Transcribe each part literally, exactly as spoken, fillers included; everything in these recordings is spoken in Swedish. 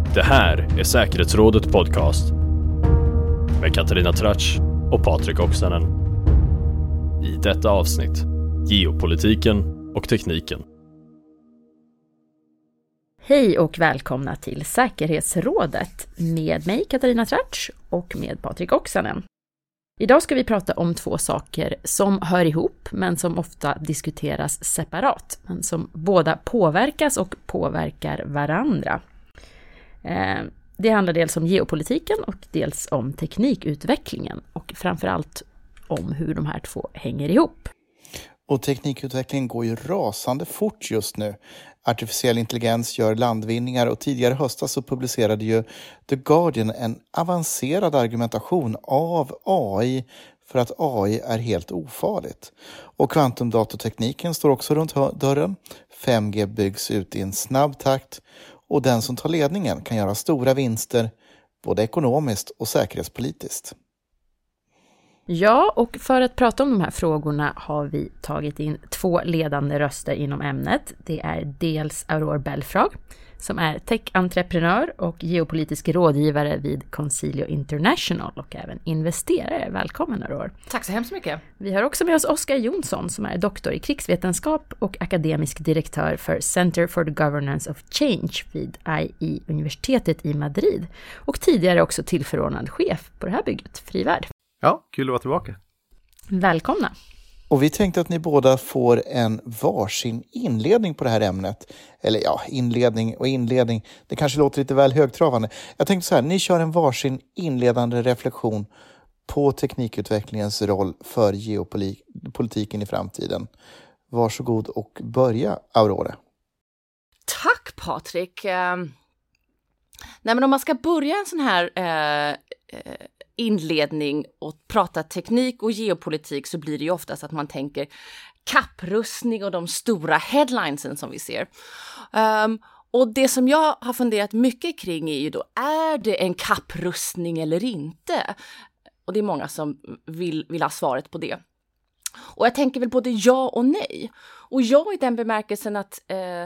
Det här är Säkerhetsrådet podcast med Katarina Tratsch och Patrik Oksanen. I detta avsnitt, geopolitiken och tekniken. Hej och välkomna till Säkerhetsrådet med mig Katarina Tratsch och med Patrik Oksanen. Idag ska vi prata om två saker som hör ihop men som ofta diskuteras separat, men som båda påverkas och påverkar varandra. Det handlar dels om geopolitiken och dels om teknikutvecklingen och framförallt om hur de här två hänger ihop. Och teknikutvecklingen går ju rasande fort just nu. Artificiell intelligens gör landvinningar och tidigare höstas så publicerade ju The Guardian en avancerad argumentation av A I för att A I är helt ofarligt. Och kvantumdatortekniken står också runt dörren. fem G byggs ut i en snabb takt och den som tar ledningen kan göra stora vinster både ekonomiskt och säkerhetspolitiskt. Ja, och för att prata om de här frågorna har vi tagit in två ledande röster inom ämnet. Det är dels Aurore Belfrage, som är tech-entreprenör och geopolitisk rådgivare vid Concilio International och även investerare. Välkommen Aurore. Tack så hemskt mycket. Vi har också med oss Oskar Jonsson som är doktor i krigsvetenskap och akademisk direktör för Center for the Governance of Change vid I E-universitetet i Madrid och tidigare också tillförordnad chef på det här bygget, Frivärd. Ja, kul att vara tillbaka. Välkomna. Och vi tänkte att ni båda får en varsin inledning på det här ämnet. Eller ja, inledning och inledning. Det kanske låter lite väl högtravande. Jag tänkte så här, ni kör en varsin inledande reflektion på teknikutvecklingens roll för geopolitiken i framtiden. Varsågod och börja, Aurore. Tack Patrik. Uh, nej men om man ska börja en sån här uh, uh, inledning och prata teknik och geopolitik så blir det ju oftast att man tänker kapprustning och de stora headlinesen som vi ser. Um, och det som jag har funderat mycket kring är ju då, är det en kapprustning eller inte? Och det är många som vill, vill ha svaret på det. Och jag tänker väl både ja och nej. Och ja i den bemärkelsen att eh,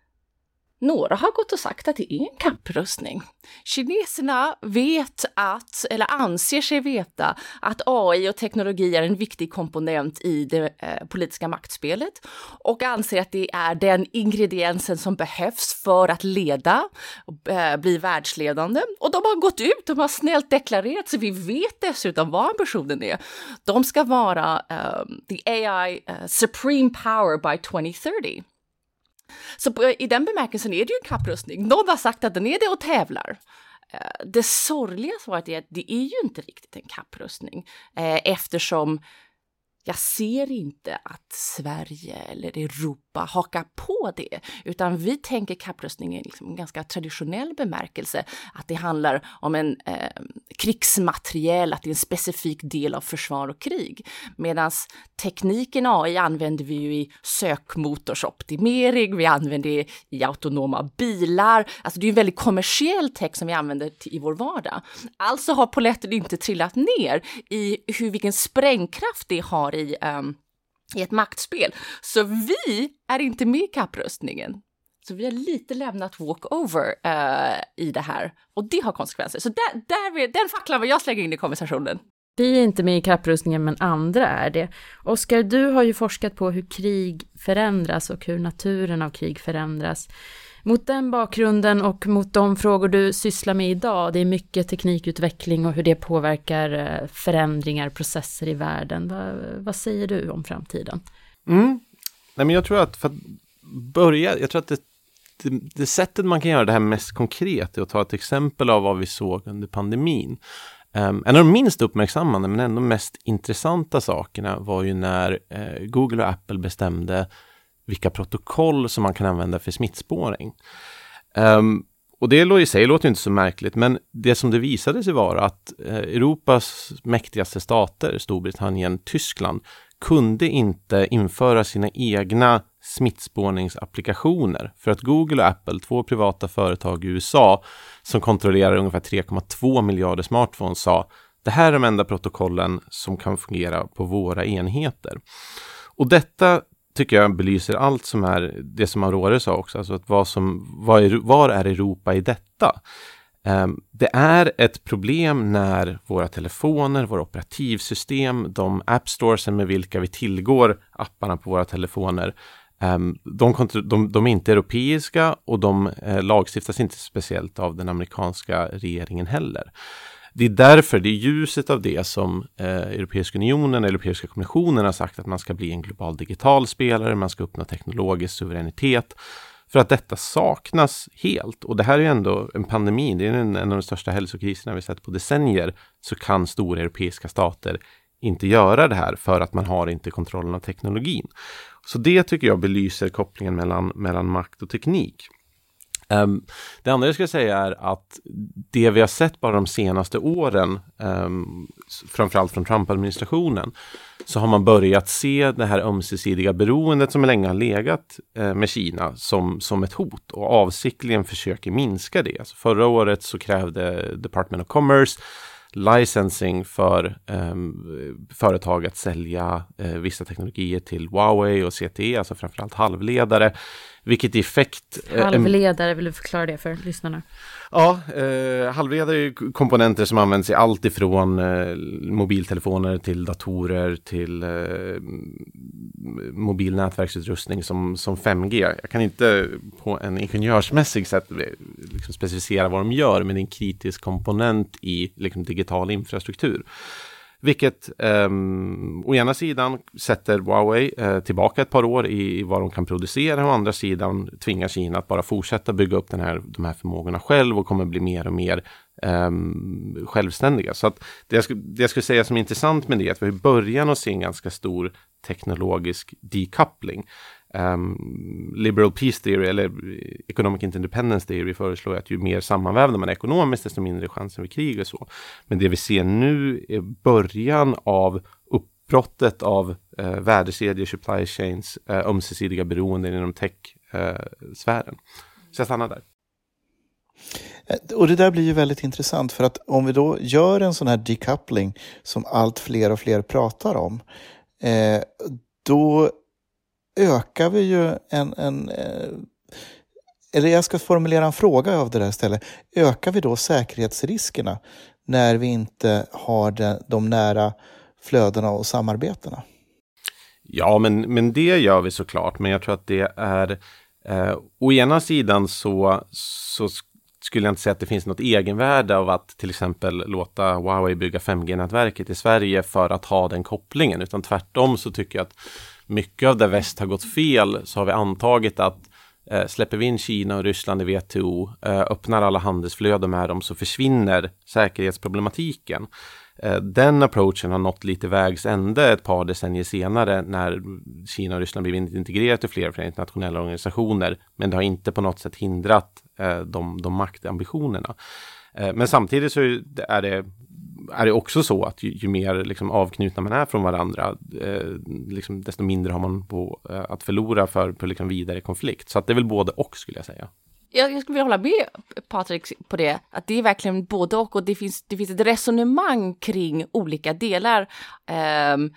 några har gått och sagt att det är en kapprustning. Kineserna vet att, eller anser sig veta, att A I och teknologi är en viktig komponent i det eh, politiska maktspelet och anser att det är den ingrediensen som behövs för att leda och eh, bli världsledande. Och de har gått ut, de har snällt deklarerat, så vi vet dessutom vad ambitionen är. De ska vara um, the A I uh, supreme power by twenty thirty. Så på, i den bemärkelsen är det ju en kapprustning. Någon har sagt att den är det och tävlar. Uh, det sorgliga svaret är att det är ju inte riktigt en kapprustning. Uh, eftersom jag ser inte att Sverige eller Europa hakar på det. Utan vi tänker kapprustning i liksom en ganska traditionell bemärkelse. Att det handlar om en eh, krigsmateriel, att det är en specifik del av försvar och krig. Medan tekniken A I använder vi ju i sökmotorsoptimering, vi använder det i autonoma bilar. Alltså det är en väldigt kommersiell tech som vi använder till, i vår vardag. Alltså har poletten inte trillat ner i hur vilken sprängkraft det har i, um, i ett maktspel. Så vi är inte med i kapprustningen. Så vi har lite lämnat walkover uh, i det här. Och det har konsekvenser. Så där, där, den facklan vill jag slänga in i konversationen. Vi är inte med i kapprustningen men andra är det. Oskar, du har ju forskat på hur krig förändras och hur naturen av krig förändras. Mot den bakgrunden och mot de frågor du sysslar med idag, det är mycket teknikutveckling och hur det påverkar förändringar, processer i världen. Vad, vad säger du om framtiden? Mm. Nej, men jag tror att för att börja, jag tror att det, det, det sättet man kan göra det här mest konkret är att ta ett exempel av vad vi såg under pandemin. Um, en av de minst uppmärksammande men ändå mest intressanta sakerna var ju när eh, Google och Apple bestämde vilka protokoll som man kan använda för smittspåring. Um, och det i sig låter inte så märkligt, men det som det visade sig vara att eh, Europas mäktigaste stater, Storbritannien, Tyskland, kunde inte införa sina egna smittspårningsapplikationer för att Google och Apple, två privata företag i U S A som kontrollerar ungefär tre komma två miljarder smartphones, sa det här är de enda protokollen som kan fungera på våra enheter. Och detta tycker jag belyser allt som är det som Aurore sa också. Alltså att vad som, vad är, var är Europa i detta? Um, det är ett problem när våra telefoner, våra operativsystem, de appstores med vilka vi tillgår apparna på våra telefoner, um, de, de, de är inte europeiska och de uh, lagstiftas inte speciellt av den amerikanska regeringen heller. Det är därför, det är ljuset av det som eh, Europeiska unionen, Europeiska kommissionen har sagt att man ska bli en global digital spelare, man ska uppnå teknologisk suveränitet, för att detta saknas helt. Och det här är ju ändå en pandemi, det är en, en av de största hälsokriserna vi sett på decennier, så kan stora europeiska stater inte göra det här för att man har inte kontrollen av teknologin. Så det tycker jag belyser kopplingen mellan, mellan makt och teknik. Um, det andra jag ska säga är att det vi har sett bara de senaste åren, um, framförallt från Trump-administrationen, så har man börjat se det här ömsesidiga beroendet som länge har legat uh, med Kina som, som ett hot och avsiktligen försöker minska det. Alltså förra året så krävde Department of Commerce licensing för um, företag att sälja uh, vissa teknologier till Huawei och C T E, alltså framförallt halvledare, vilket i effekt... Uh, halvledare, vill du förklara det för lyssnarna? Ja, uh, halvledare är komponenter som används i allt ifrån uh, mobiltelefoner till datorer till uh, mobil nätverksutrustning som, som fem G. Jag kan inte på en ingenjörsmässig sätt liksom specificera vad de gör, men det är en kritisk komponent i liksom, digital infrastruktur. Vilket um, å ena sidan sätter Huawei uh, tillbaka ett par år i, i vad de kan producera, och å andra sidan tvingar Kina att bara fortsätta bygga upp den här, de här förmågorna själv och kommer bli mer och mer um, självständiga. Så att det jag, skulle, det jag skulle säga som är intressant med det är att vi börjar att se en ganska stor teknologisk decoupling. Um, liberal peace theory eller economic interdependence theory föreslår att ju mer sammanvävda man är ekonomiskt, desto mindre chansen vid krig och så. Men det vi ser nu är början av uppbrottet av uh, värdekedjor, supply chains, uh, ömsesidiga beroenden inom tech-sfären. Uh, Så jag stannar där. Och det där blir ju väldigt intressant, för att om vi då gör en sån här decoupling som allt fler och fler pratar om, eh, då ökar vi ju en, en eh, eller jag ska formulera en fråga av det där stället. Ökar vi då säkerhetsriskerna när vi inte har de, de nära flödena och samarbetena? Ja, men, men det gör vi såklart. Men jag tror att det är eh, å ena sidan så, så skulle jag inte säga att det finns något egenvärde av att till exempel låta Huawei bygga fem G-nätverket i Sverige för att ha den kopplingen, utan tvärtom så tycker jag att mycket av det väst har gått fel, så har vi antagit att eh, släpper vi in Kina och Ryssland i W T O, eh, öppnar alla handelsflöden med dem, så försvinner säkerhetsproblematiken. Eh, den approachen har nått lite vägs ände ett par decennier senare när Kina och Ryssland blivit integrerat i flera, flera internationella organisationer, men det har inte på något sätt hindrat eh, de, de maktambitionerna. Eh, men samtidigt så är det är det också så att ju, ju mer liksom avknutna man är från varandra, eh, liksom, desto mindre har man på, eh, att förlora för, för liksom vidare konflikt. Så att det är väl både och, skulle jag säga. Jag, jag skulle vilja hålla med Patrik på det, att det är verkligen både och, och det finns, det finns ett resonemang kring olika delar. Um,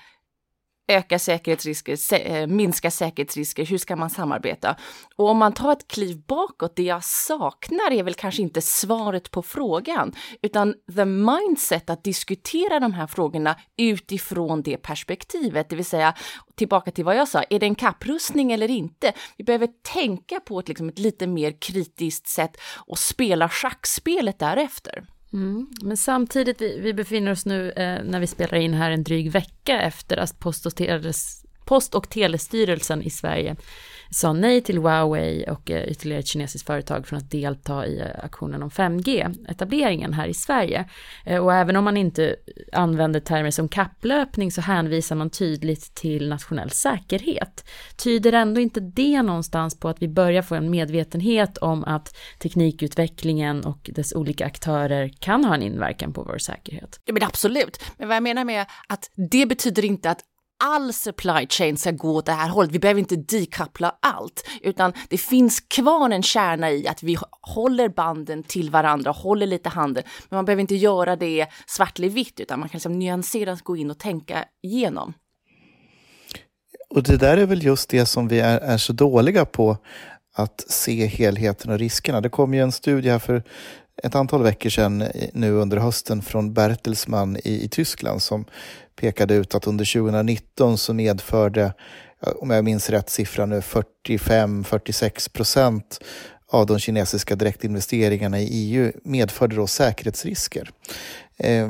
öka säkerhetsrisker, sä- minska säkerhetsrisker, hur ska man samarbeta? Och om man tar ett kliv bakåt, det jag saknar är väl kanske inte svaret på frågan, utan the mindset att diskutera de här frågorna utifrån det perspektivet, det vill säga tillbaka till vad jag sa, är det en kapprustning eller inte? Vi behöver tänka på ett, liksom, ett lite mer kritiskt sätt och spela schackspelet därefter. Mm. Men samtidigt, vi, vi befinner oss nu eh, när vi spelar in här en dryg vecka efter att Post och, teles, Post och telestyrelsen i Sverige sa nej till Huawei och eh, ytterligare ett kinesiskt företag från att delta i eh, aktionen om fem G-etableringen här i Sverige. Eh, och även om man inte använder termer som kapplöpning så hänvisar man tydligt till nationell säkerhet. Tyder ändå inte det någonstans på att vi börjar få en medvetenhet om att teknikutvecklingen och dess olika aktörer kan ha en inverkan på vår säkerhet? Ja, men absolut. Men vad jag menar med att det betyder inte att all supply chain ska gå åt det här hållet. Vi behöver inte dekoppla allt, utan det finns kvar en kärna i att vi håller banden till varandra, håller lite handel, men man behöver inte göra det svart eller vitt, utan man kan liksom nyanserat gå in och tänka igenom. Och det där är väl just det som vi är, är så dåliga på, att se helheten och riskerna. Det kom ju en studie här för ett antal veckor sedan nu under hösten från Bertelsmann i, i Tyskland som pekade ut att under tjugonitton så medförde, om jag minns rätt siffra nu, fyrtiofem till fyrtiosex procent av de kinesiska direktinvesteringarna i E U medförde då säkerhetsrisker. Eh,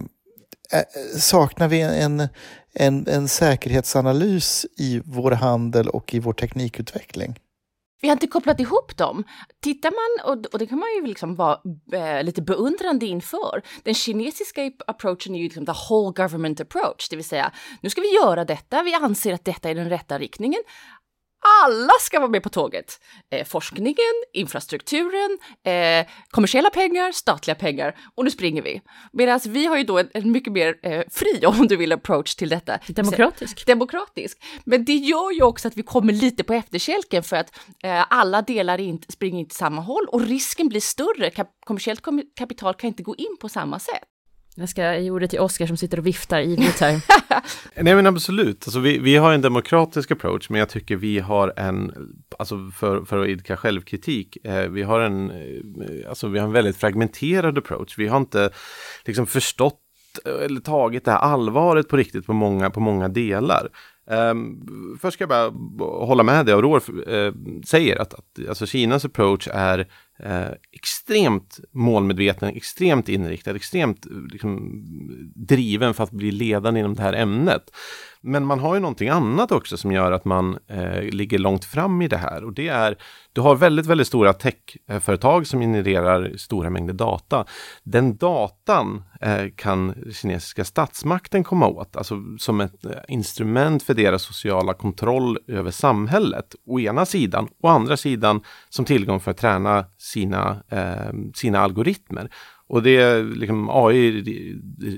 saknar vi en, en, en säkerhetsanalys i vår handel och i vår teknikutveckling? Vi har inte kopplat ihop dem. Tittar man, och, och det kan man ju liksom vara eh, lite beundrande inför. Den kinesiska approachen är ju liksom the whole government approach. Det vill säga, nu ska vi göra detta. Vi anser att detta är den rätta riktningen. Alla ska vara med på tåget. Eh, forskningen, infrastrukturen, eh, kommersiella pengar, statliga pengar. Och nu springer vi. Medan vi har ju då en, en mycket mer eh, fri, om du vill, approach till detta. Demokratisk. Demokratisk. Men det gör ju också att vi kommer lite på efterkälken för att eh, alla delar inte, springer inte samma håll. Och risken blir större. Kap- kommersiellt kom- kapital kan inte gå in på samma sätt. Jag ska ge ordet till Oskar som sitter och viftar ivrigt här. Nej men absolut, alltså, vi, vi har en demokratisk approach, men jag tycker vi har en, alltså för, för att idka självkritik, eh, vi har en eh, alltså vi har en väldigt fragmenterad approach. Vi har inte liksom förstått eller tagit det här allvaret på riktigt på många, på många delar. Um, först ska jag bara hålla med det Aurore uh, säger att, att alltså Kinas approach är uh, extremt målmedveten, extremt inriktad, extremt liksom, driven för att bli ledande inom det här ämnet. Men man har ju någonting annat också som gör att man eh, ligger långt fram i det här. Och det är, du har väldigt, väldigt stora techföretag som genererar stora mängder data. Den datan eh, kan kinesiska statsmakten komma åt. Alltså som ett eh, instrument för deras sociala kontroll över samhället. Å ena sidan. Å andra sidan som tillgång för att träna sina, eh, sina algoritmer. Och det är liksom A I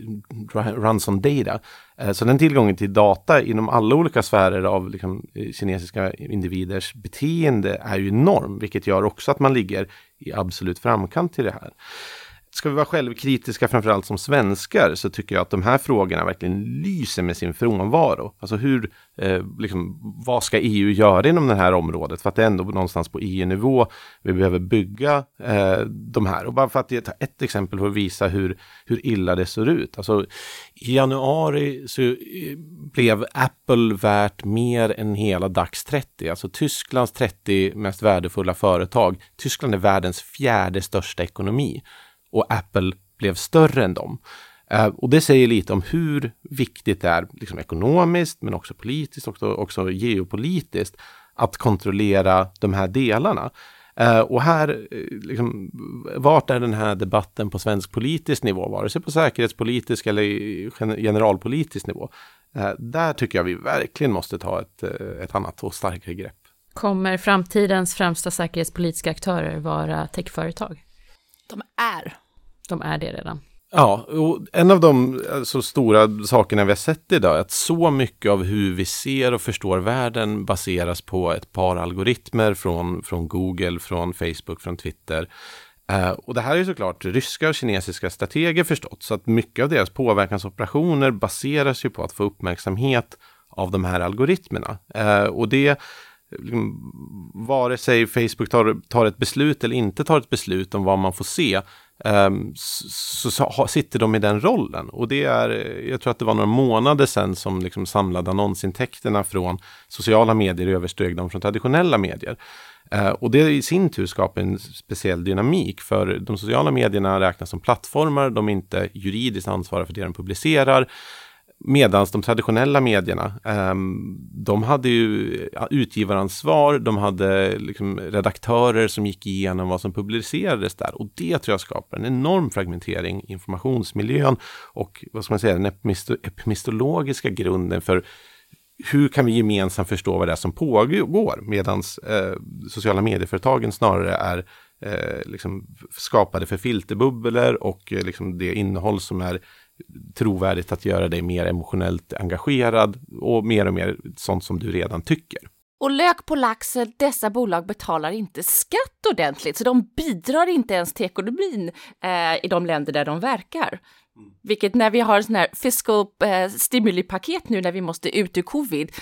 runs on data. Så den tillgången till data inom alla olika sfärer av liksom kinesiska individers beteende är ju enorm. Vilket gör också att man ligger i absolut framkant till det här. Ska vi vara självkritiska framförallt som svenskar så tycker jag att de här frågorna verkligen lyser med sin frånvaro. Alltså hur, eh, liksom, vad ska E U göra inom det här området? För att det är ändå någonstans på E U-nivå vi behöver bygga eh, de här. Och bara för att ta ett exempel för att visa hur, hur illa det ser ut. Alltså i januari så blev Apple värt mer än hela DAX trettio. Alltså Tysklands trettio mest värdefulla företag. Tyskland är världens fjärde största ekonomi. Och Apple blev större än dem. Uh, och det säger lite om hur viktigt det är liksom ekonomiskt men också politiskt och också, också geopolitiskt att kontrollera de här delarna. Uh, och här, liksom, vart är den här debatten på svensk politisk nivå? Vare sig på säkerhetspolitisk eller generalpolitisk nivå. Uh, där tycker jag vi verkligen måste ta ett, ett annat och starkare grepp. Kommer framtidens främsta säkerhetspolitiska aktörer vara techföretag? De är. De är det redan. Ja, och en av de alltså, stora sakerna vi har sett idag är att så mycket av hur vi ser och förstår världen baseras på ett par algoritmer från, från Google, från Facebook, från Twitter. Uh, och det här är ju såklart ryska och kinesiska strateger förstått, så att mycket av deras påverkansoperationer baseras ju på att få uppmärksamhet av de här algoritmerna. Uh, och det liksom, vare sig Facebook tar, tar ett beslut eller inte tar ett beslut om vad man får se, um, så, så sitter de i den rollen. Och det är, jag tror att det var några månader sedan som liksom samlade annonsintäkterna från sociala medier översteg de från traditionella medier. Uh, och det i sin tur skapar en speciell dynamik, för de sociala medierna räknas som plattformar, de är inte juridiskt ansvariga för det de publicerar. Medan de traditionella medierna, um, de hade ju utgivaransvar, de hade liksom redaktörer som gick igenom vad som publicerades där. Och det tror jag skapar en enorm fragmentering i informationsmiljön och vad ska man säga, den epistologiska grunden för hur kan vi gemensamt förstå vad det är som pågår, medan eh, sociala medieföretagen snarare är eh, liksom skapade för filterbubblor och eh, liksom det innehåll som är trovärdigt att göra dig mer emotionellt engagerad och mer och mer sånt som du redan tycker. Och lök på laxen, dessa bolag betalar inte skatt ordentligt, så de bidrar inte ens till ekonomin eh, i de länder där de verkar. Mm. Vilket när vi har en sån här fiscal eh, stimuli-paket nu när vi måste ut ur covid,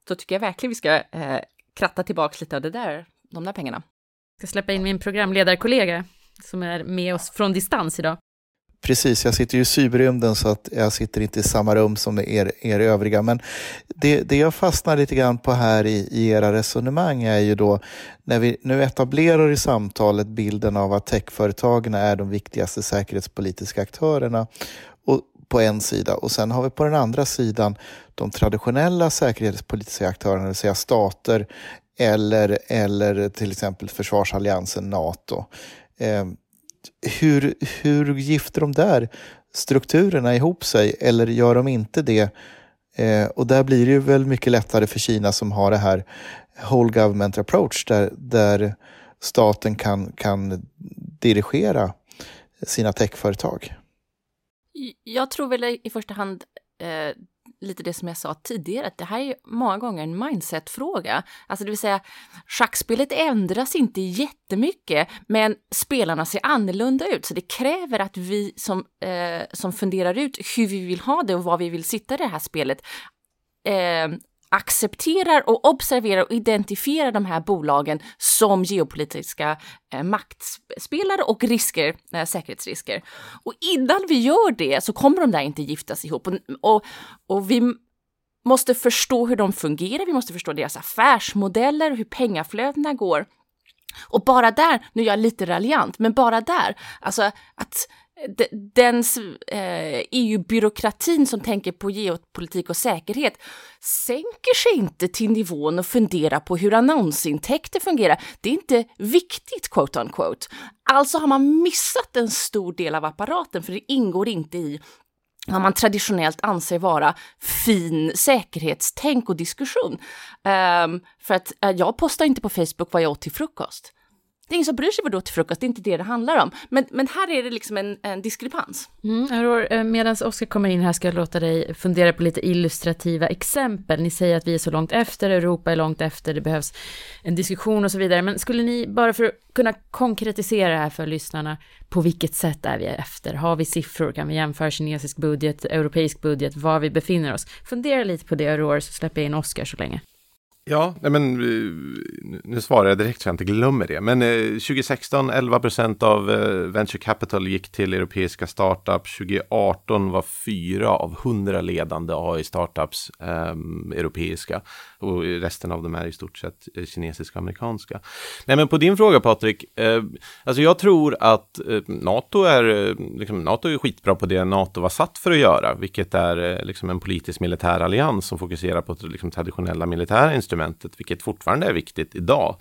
så tycker jag verkligen vi ska eh, kratta tillbaka lite av det där, de där pengarna. Jag ska släppa in min programledarkollega som är med oss från distans idag. Precis, jag sitter ju i cyberrymden så att jag sitter inte i samma rum som er, er övriga. Men det, det jag fastnar lite grann på här i, i era resonemang är ju då när vi nu etablerar i samtalet bilden av att techföretagen är de viktigaste säkerhetspolitiska aktörerna och på en sida. Och sen har vi på den andra sidan de traditionella säkerhetspolitiska aktörerna, det vill säga stater eller, eller till exempel försvarsalliansen NATO. Eh, Hur, hur gifter de där strukturerna ihop sig eller gör de inte det? Eh, och där blir det ju väl mycket lättare för Kina som har det här whole government approach där, där staten kan, kan dirigera sina techföretag. Jag tror väl i första hand eh, lite det som jag sa tidigare, att det här är många gånger en mindset-fråga. Alltså det vill säga, schackspelet ändras inte jättemycket, men spelarna ser annorlunda ut. Så det kräver att vi som, eh, som funderar ut hur vi vill ha det och vad vi vill sitta i det här spelet, eh, accepterar och observerar och identifierar de här bolagen som geopolitiska eh, maktspelare och risker, eh, säkerhetsrisker. Och innan vi gör det så kommer de där inte giftas ihop. Och, och, och vi måste förstå hur de fungerar, vi måste förstå deras affärsmodeller, hur pengaflödena går. Och bara där, nu är jag lite raljant, men bara där, alltså att den eh, E U-byråkratin som tänker på geopolitik och säkerhet sänker sig inte till nivån och funderar på hur annonsintäkter fungerar. Det är inte viktigt, quote unquote. Alltså har man missat en stor del av apparaten, för det ingår inte i vad man traditionellt anser vara fin säkerhetstänk och diskussion. Um, för att uh, jag postar inte på Facebook vad jag åt till frukost. Det är ingen som bryr sig vad du åt till frukost, det är inte det det handlar om. Men, men här är det liksom en, en diskrepans. Mm, medan Oskar kommer in här ska jag låta dig fundera på lite illustrativa exempel. Ni säger att vi är så långt efter, Europa är långt efter, det behövs en diskussion och så vidare. Men skulle ni, bara för att kunna konkretisera det här för lyssnarna, på vilket sätt är vi efter? Har vi siffror? Kan vi jämföra kinesisk budget, europeisk budget, var vi befinner oss? Fundera lite på det, Aurore, så släpper jag in Oskar så länge. Ja, nej men nu svarar jag direkt så jag inte glömmer det. Men eh, tjugo sexton, elva procent av eh, venture capital gick till europeiska startups. tjugo arton var fyra av hundra ledande A I-startups eh, europeiska. Och resten av dem är i stort sett eh, kinesiska och amerikanska. Nej, men på din fråga, Patrik. Eh, alltså jag tror att eh, NATO är eh, liksom, NATO är skitbra på det NATO var satt för att göra. Vilket är eh, liksom en politisk militär allians som fokuserar på liksom, traditionella militära instrument. Vilket fortfarande är viktigt idag.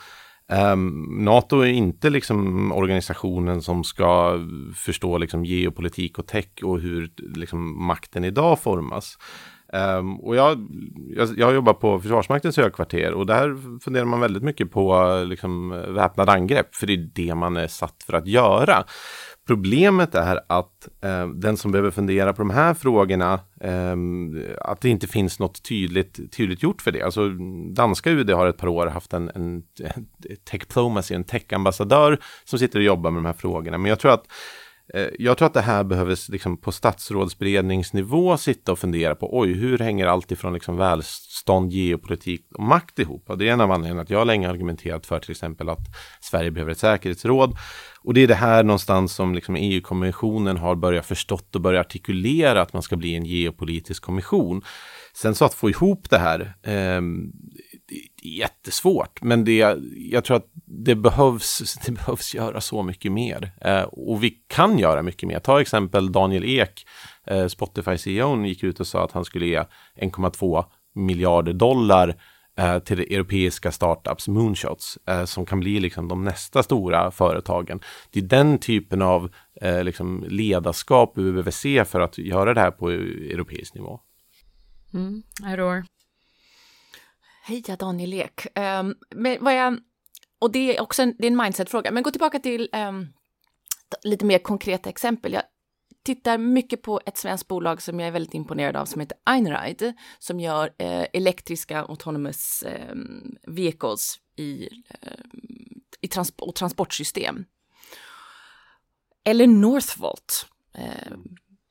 Um, NATO är inte liksom organisationen som ska förstå liksom geopolitik och tech och hur liksom makten idag formas. Um, och jag, jag, jag jobbar på Försvarsmaktens högkvarter och där funderar man väldigt mycket på liksom, väpnad angrepp, för det är det man är satt för att göra. Problemet är att eh, den som behöver fundera på de här frågorna, eh, att det inte finns något tydligt, tydligt gjort för det. Alltså danska U D har ett par år haft en, en, en tech-diplomacy, en tech-ambassadör som sitter och jobbar med de här frågorna. Men jag tror att eh, jag tror att det här behöver liksom, på statsrådsberedningsnivå sitta och fundera på, oj, hur hänger allt ifrån liksom, välstånd, geopolitik och makt ihop? Och det är en av anledningarna att jag länge argumenterat för till exempel att Sverige behöver ett säkerhetsråd. Och det är det här någonstans som liksom E U-kommissionen har börjat förstått och börjat artikulera att man ska bli en geopolitisk kommission. Sen så att få ihop det här, eh, det är jättesvårt. Men det, jag tror att det behövs, det behövs göra så mycket mer. Eh, och vi kan göra mycket mer. Ta exempel Daniel Ek, eh, Spotify-C E O, gick ut och sa att han skulle ge en komma två miljarder dollar till de europeiska startups, moonshots, eh, som kan bli liksom de nästa stora företagen. Det är den typen av eh, liksom ledarskap vi behöver se för att göra det här på europeisk nivå. Mm, Aurore. Heja Daniel Ek. Um, men vad jag, och det är också en, det är en mindset-fråga. Men gå tillbaka till um, lite mer konkreta exempel. Jag tittar mycket på ett svenskt bolag som jag är väldigt imponerad av som heter Einride, som gör eh, elektriska autonomous eh, vehicles i, eh, i trans- och transportsystem. Eller Northvolt, eh,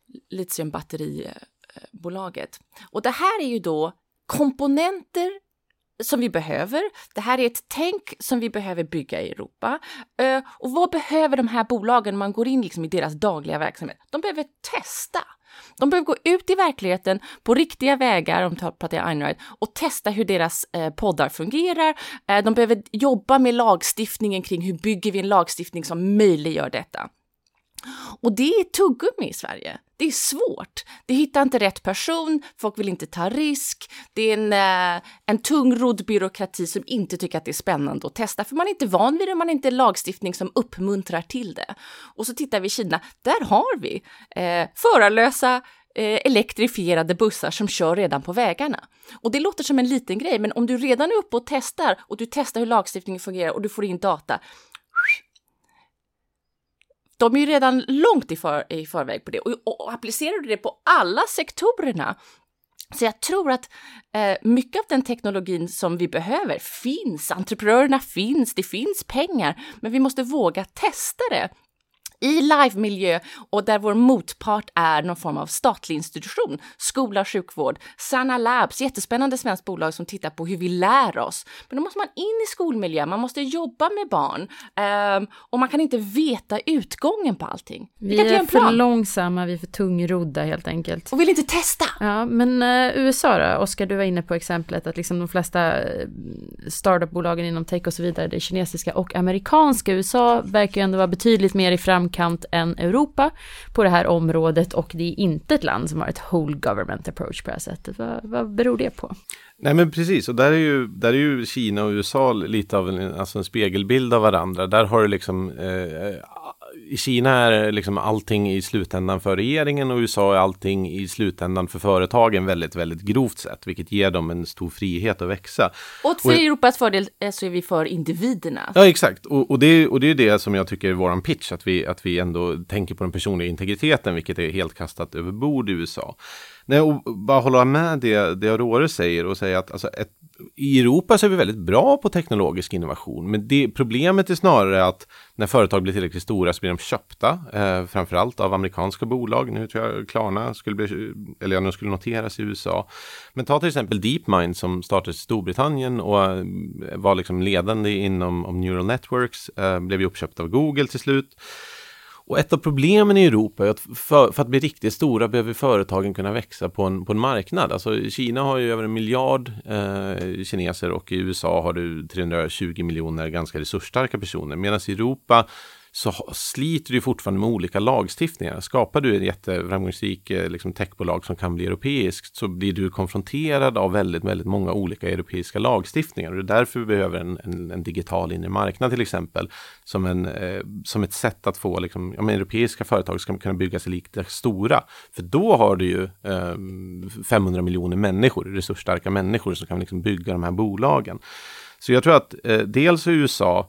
litiumbatteribolaget. Och det här är ju då komponenter som vi behöver. Det här är ett tänk som vi behöver bygga i Europa. Uh, och vad behöver de här bolagen när man går in liksom i deras dagliga verksamhet? De behöver testa. De behöver gå ut i verkligheten på riktiga vägar, om man pratar Einride, och testa hur deras eh, poddar fungerar. Eh, de behöver jobba med lagstiftningen kring hur bygger vi en lagstiftning som möjliggör detta. Och det är tuggummi i Sverige. Det är svårt. Det hittar inte rätt person, folk vill inte ta risk. Det är en, eh, en tungrodd byråkrati som inte tycker att det är spännande att testa. För man är inte van vid det, man är inte lagstiftning som uppmuntrar till det. Och så tittar vi i Kina, där har vi eh, förarlösa eh, elektrifierade bussar som kör redan på vägarna. Och det låter som en liten grej, men om du redan är uppe och testar och du testar hur lagstiftningen fungerar och du får in data, de är ju redan långt i, för, i förväg på det. Och, och applicerar du det på alla sektorerna. Så jag tror att eh, mycket av den teknologin som vi behöver finns. Entreprenörerna finns, det finns pengar. Men vi måste våga testa det i live-miljö och där vår motpart är någon form av statlig institution, skola och sjukvård, Sana Labs, jättespännande svenskt bolag som tittar på hur vi lär oss. Men då måste man in i skolmiljö, man måste jobba med barn um, och man kan inte veta utgången på allting. Vi, vi är för långsamma, vi är för tungrodda helt enkelt. Och vill inte testa. Ja, men uh, U S A då, Oskar, du var inne på exemplet att liksom de flesta startupbolagen inom tech och så vidare, det är kinesiska och amerikanska. U S A verkar ju ändå vara betydligt mer i fram kant än Europa på det här området, och det är inte ett land som har ett whole government approach på det här sättet. Vad, vad beror det på? Nej, men precis, och där är ju, där är ju Kina och U S A lite av en, alltså en spegelbild av varandra. Där har du liksom eh, i Kina är liksom allting i slutändan för regeringen, och U S A är allting i slutändan för företagen väldigt, väldigt grovt sett, vilket ger dem en stor frihet att växa. Och för och, Europas fördel så är vi för individerna. Ja, exakt. Och, och, det, och det är det som jag tycker är våran pitch, att vi, att vi ändå tänker på den personliga integriteten, vilket är helt kastat över bord i U S A. Nej, och bara hålla med det, det Aurore säger och säga att alltså ett, i Europa så är vi väldigt bra på teknologisk innovation, men det, problemet är snarare att när företag blir tillräckligt stora så blir de köpta, eh, framförallt av amerikanska bolag. Nu tror jag Klarna skulle bli, eller ja, nu skulle noteras i U S A. Men ta till exempel DeepMind som startades i Storbritannien och eh, var liksom ledande inom om neural networks, eh, blev ju uppköpt av Google till slut. Och ett av problemen i Europa är att för, för att bli riktigt stora behöver företagen kunna växa på en, på en marknad. Alltså Kina har ju över en miljard eh, kineser, och i U S A har du trehundratjugo miljoner ganska resursstarka personer. Medan i Europa så sliter du fortfarande med olika lagstiftningar. Skapar du en jätteframgångsrik liksom, techbolag som kan bli europeiskt, så blir du konfronterad av väldigt, väldigt många olika europeiska lagstiftningar. Och det är därför vi behöver en, en, en digital inre marknad till exempel, som, en, eh, som ett sätt att få liksom, ja, men, europeiska företag ska kunna bygga sig lika stora. För då har du ju eh, femhundra miljoner människor, resursstarka människor som kan liksom, bygga de här bolagen. Så jag tror att eh, dels i U S A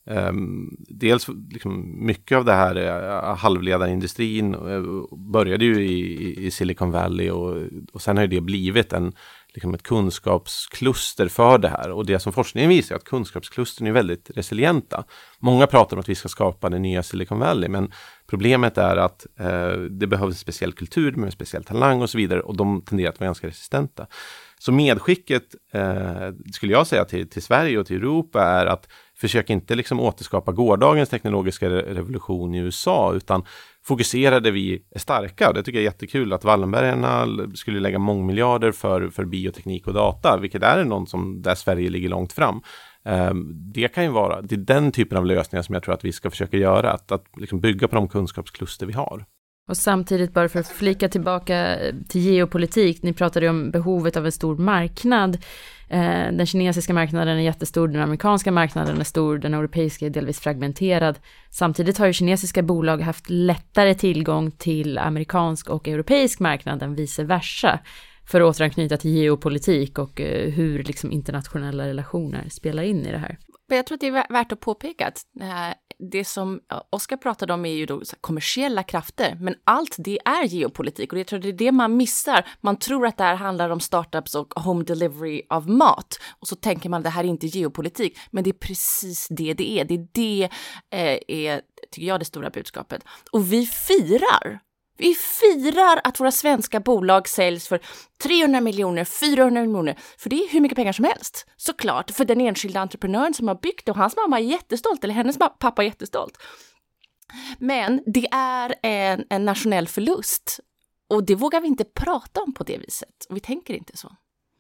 Um, dels liksom mycket av det här uh, halvledarindustrin uh, började ju i, i Silicon Valley, och, och sen har ju det blivit en, liksom ett kunskapskluster för det här, och det som forskningen visar är att kunskapsklustren är väldigt resilienta. Många pratar om att vi ska skapa det nya Silicon Valley, men problemet är att uh, det behövs en speciell kultur med en speciell talang och så vidare, och de tenderar att vara ganska resistenta. Så medskicket eh, skulle jag säga till, till Sverige och till Europa är att försök inte liksom återskapa gårdagens teknologiska revolution i U S A, utan fokusera där vi är starka. Det tycker jag är jättekul att Wallenbergarna skulle lägga mångmiljarder för, för bioteknik och data, vilket är någon som där Sverige ligger långt fram. Eh, det kan ju vara, det är den typen av lösningar som jag tror att vi ska försöka göra, att, att liksom bygga på de kunskapskluster vi har. Och samtidigt, bara för att flika tillbaka till geopolitik, ni pratade om behovet av en stor marknad. Eh, den kinesiska marknaden är jättestor, den amerikanska marknaden är stor, den europeiska är delvis fragmenterad. Samtidigt har ju kinesiska bolag haft lättare tillgång till amerikansk och europeisk marknad än vice versa, för att återanknyta till geopolitik och eh, hur liksom internationella relationer spelar in i det här. Jag tror att det är värt att påpeka att det som Oskar pratade om är ju då kommersiella krafter, men allt det är geopolitik, och jag tror det är det man missar. Man tror att det här handlar om startups och home delivery av mat, och så tänker man att det här är inte geopolitik, men det är precis det det är. Det är det eh, är, tycker jag, det stora budskapet. Och vi firar Vi firar att våra svenska bolag säljs för trehundra miljoner, fyrahundra miljoner. För det är hur mycket pengar som helst. Såklart, för den enskilda entreprenören som har byggt det. Och hans mamma är jättestolt, eller hennes pappa är jättestolt. Men det är en, en nationell förlust. Och det vågar vi inte prata om på det viset. Och vi tänker inte så.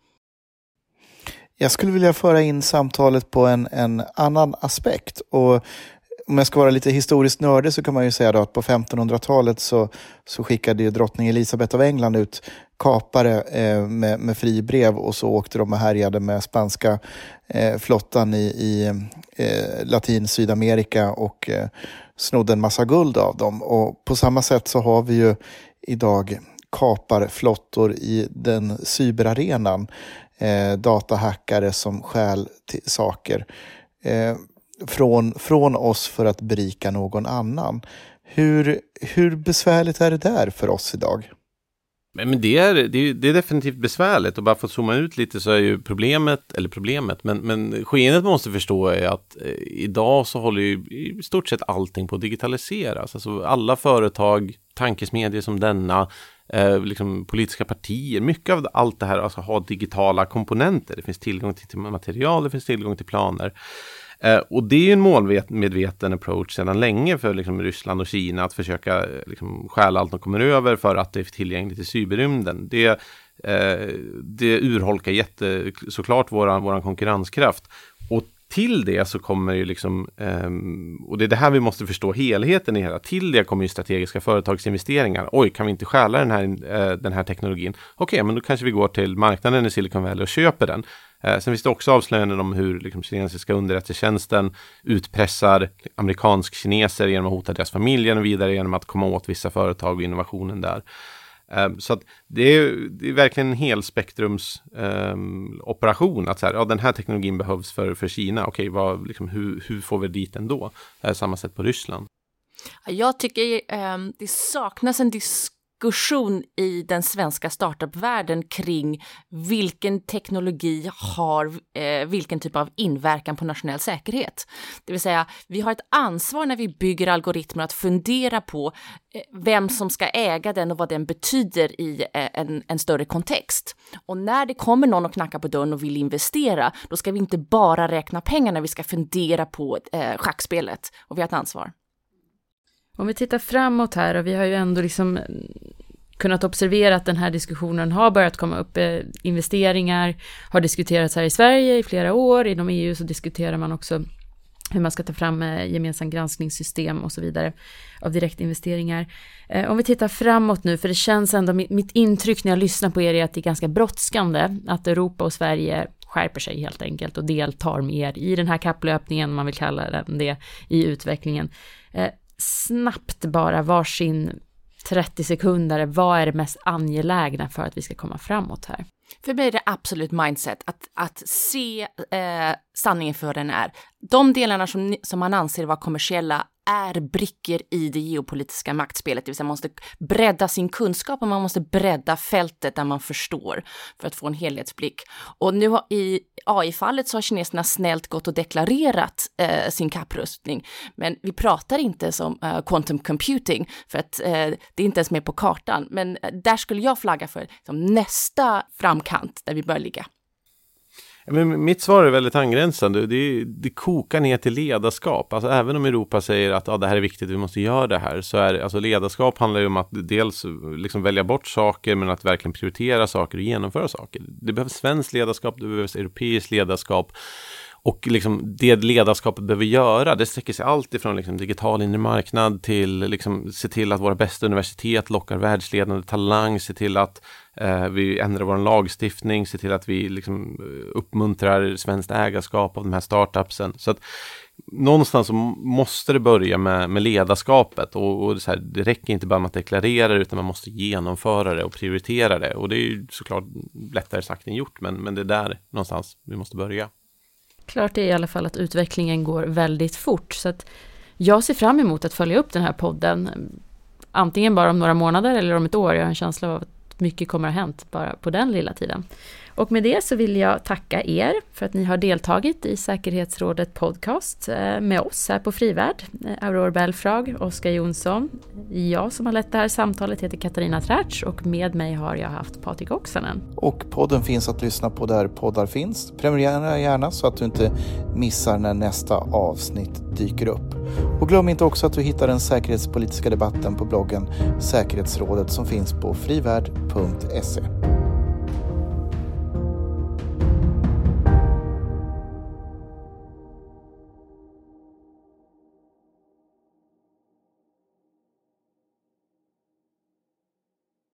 Jag skulle vilja föra in samtalet på en, en annan aspekt. Och om jag ska vara lite historiskt nördig så kan man ju säga då att på femtonhundratalet så, så skickade ju drottning Elisabeth av England ut kapare eh, med, med fribrev, och så åkte de och härjade med spanska eh, flottan i, i eh, Latin Sydamerika och eh, snodde en massa guld av dem. Och på samma sätt så har vi ju idag kaparflottor i den cyberarenan. Eh, datahackare som stjäl t- saker eh, från, från oss för att berika någon annan. Hur, hur besvärligt är det där för oss idag? Men det är, det är, det är definitivt besvärligt, och bara för att zooma ut lite så är ju problemet, eller problemet, men, men skeendet man måste förstå är att eh, idag så håller ju i stort sett allting på att digitaliseras. Alltså alla företag, tankesmedier som denna, eh, liksom politiska partier, mycket av allt det här alltså har digitala komponenter. Det finns tillgång till material, det finns tillgång till planer. Eh, och det är ju en målmedveten approach sedan länge för liksom, Ryssland och Kina att försöka liksom, stjäla allt de kommer över för att det är tillgängligt i cyberrymden. Det, eh, det urholkar jätte, såklart våran, våran konkurrenskraft. Och till det så kommer ju liksom, um, och det är det här vi måste förstå helheten i hela, till det kommer ju strategiska företagsinvesteringar. Oj, kan vi inte stjäla den här, uh, den här teknologin? Okej, okay, men då kanske vi går till marknaden i Silicon Valley och köper den. Uh, sen finns det också avslöjanden om hur liksom, kinesiska underrättelsetjänsten utpressar amerikansk-kineser genom att hota deras familjer och vidare genom att komma åt vissa företag och innovationen där. Um, så att det är, det är verkligen en hel spektrums um, operation att så här, ja, den här teknologin behövs för, för Kina. Okej, vad, liksom, hur, hur får vi dit ändå? Uh, samma sätt på Ryssland. Jag tycker um, det saknas en diskussion i den svenska startup-världen kring vilken teknologi har eh, vilken typ av inverkan på nationell säkerhet. Det vill säga, vi har ett ansvar när vi bygger algoritmer att fundera på eh, vem som ska äga den och vad den betyder i eh, en, en större kontext. Och när det kommer någon och knackar på dörren och vill investera, då ska vi inte bara räkna pengarna, vi ska fundera på eh, schackspelet, och vi har ett ansvar. Om vi tittar framåt här, och vi har ju ändå liksom kunnat observera att den här diskussionen har börjat komma upp. Investeringar har diskuterats här i Sverige i flera år. Inom E U så diskuterar man också hur man ska ta fram gemensam granskningssystem och så vidare av direktinvesteringar. Om vi tittar framåt nu, för det känns ändå, mitt intryck när jag lyssnar på er är att det är ganska brådskande att Europa och Sverige skärper sig helt enkelt och deltar mer i den här kapplöpningen, man vill kalla den det, i utvecklingen. Snabbt bara, varsin trettio sekunder, vad är det mest angelägna för att vi ska komma framåt här? För mig är det absolut mindset att, att se eh, sanningen för den är. De delarna som, som man anser vara kommersiella är brickor i det geopolitiska maktspelet. Det vill säga man måste bredda sin kunskap och man måste bredda fältet där man förstår för att få en helhetsblick. Och nu har, i A I-fallet så har kineserna snällt gått och deklarerat eh, sin kapprustning. Men vi pratar inte som eh, quantum computing för att eh, det är inte ens med på kartan. Men eh, där skulle jag flagga för som nästa framkant där vi bör ligga. Men mitt svar är väldigt angränsande. Det, det kokar ner till ledarskap. Alltså även om Europa säger att ja, det här är viktigt, vi måste göra det här. Så är alltså ledarskap handlar ju om att dels liksom välja bort saker, men att verkligen prioritera saker och genomföra saker. Det behövs svenskt ledarskap, det behövs europeiskt ledarskap. Och liksom det ledarskapet behöver göra, det sträcker sig allt ifrån liksom digital inre marknad till liksom se till att våra bästa universitet lockar världsledande talang, se till att eh, vi ändrar vår lagstiftning, se till att vi liksom uppmuntrar svenskt ägarskap av de här startupsen. Så att någonstans så måste det börja med, med ledarskapet och, och så här, det räcker inte bara med att deklarera det, utan man måste genomföra det och prioritera det. Och det är ju såklart lättare sagt än gjort, men, men det är där någonstans vi måste börja. Klart är i alla fall att utvecklingen går väldigt fort, så att jag ser fram emot att följa upp den här podden antingen bara om några månader eller om ett år. Jag har en känsla av att mycket kommer att ha hänt bara på den lilla tiden. Och med det så vill jag tacka er för att ni har deltagit i Säkerhetsrådet podcast med oss här på Frivärd. Aurore Belfrage, Oskar Jonsson. Jag som har lett det här samtalet heter Katarina Tratsch och med mig har jag haft Patrik Oksanen. Och podden finns att lyssna på där poddar finns. Prenumerera gärna så att du inte missar när nästa avsnitt dyker upp. Och glöm inte också att du hittar den säkerhetspolitiska debatten på bloggen Säkerhetsrådet som finns på frivärd punkt se.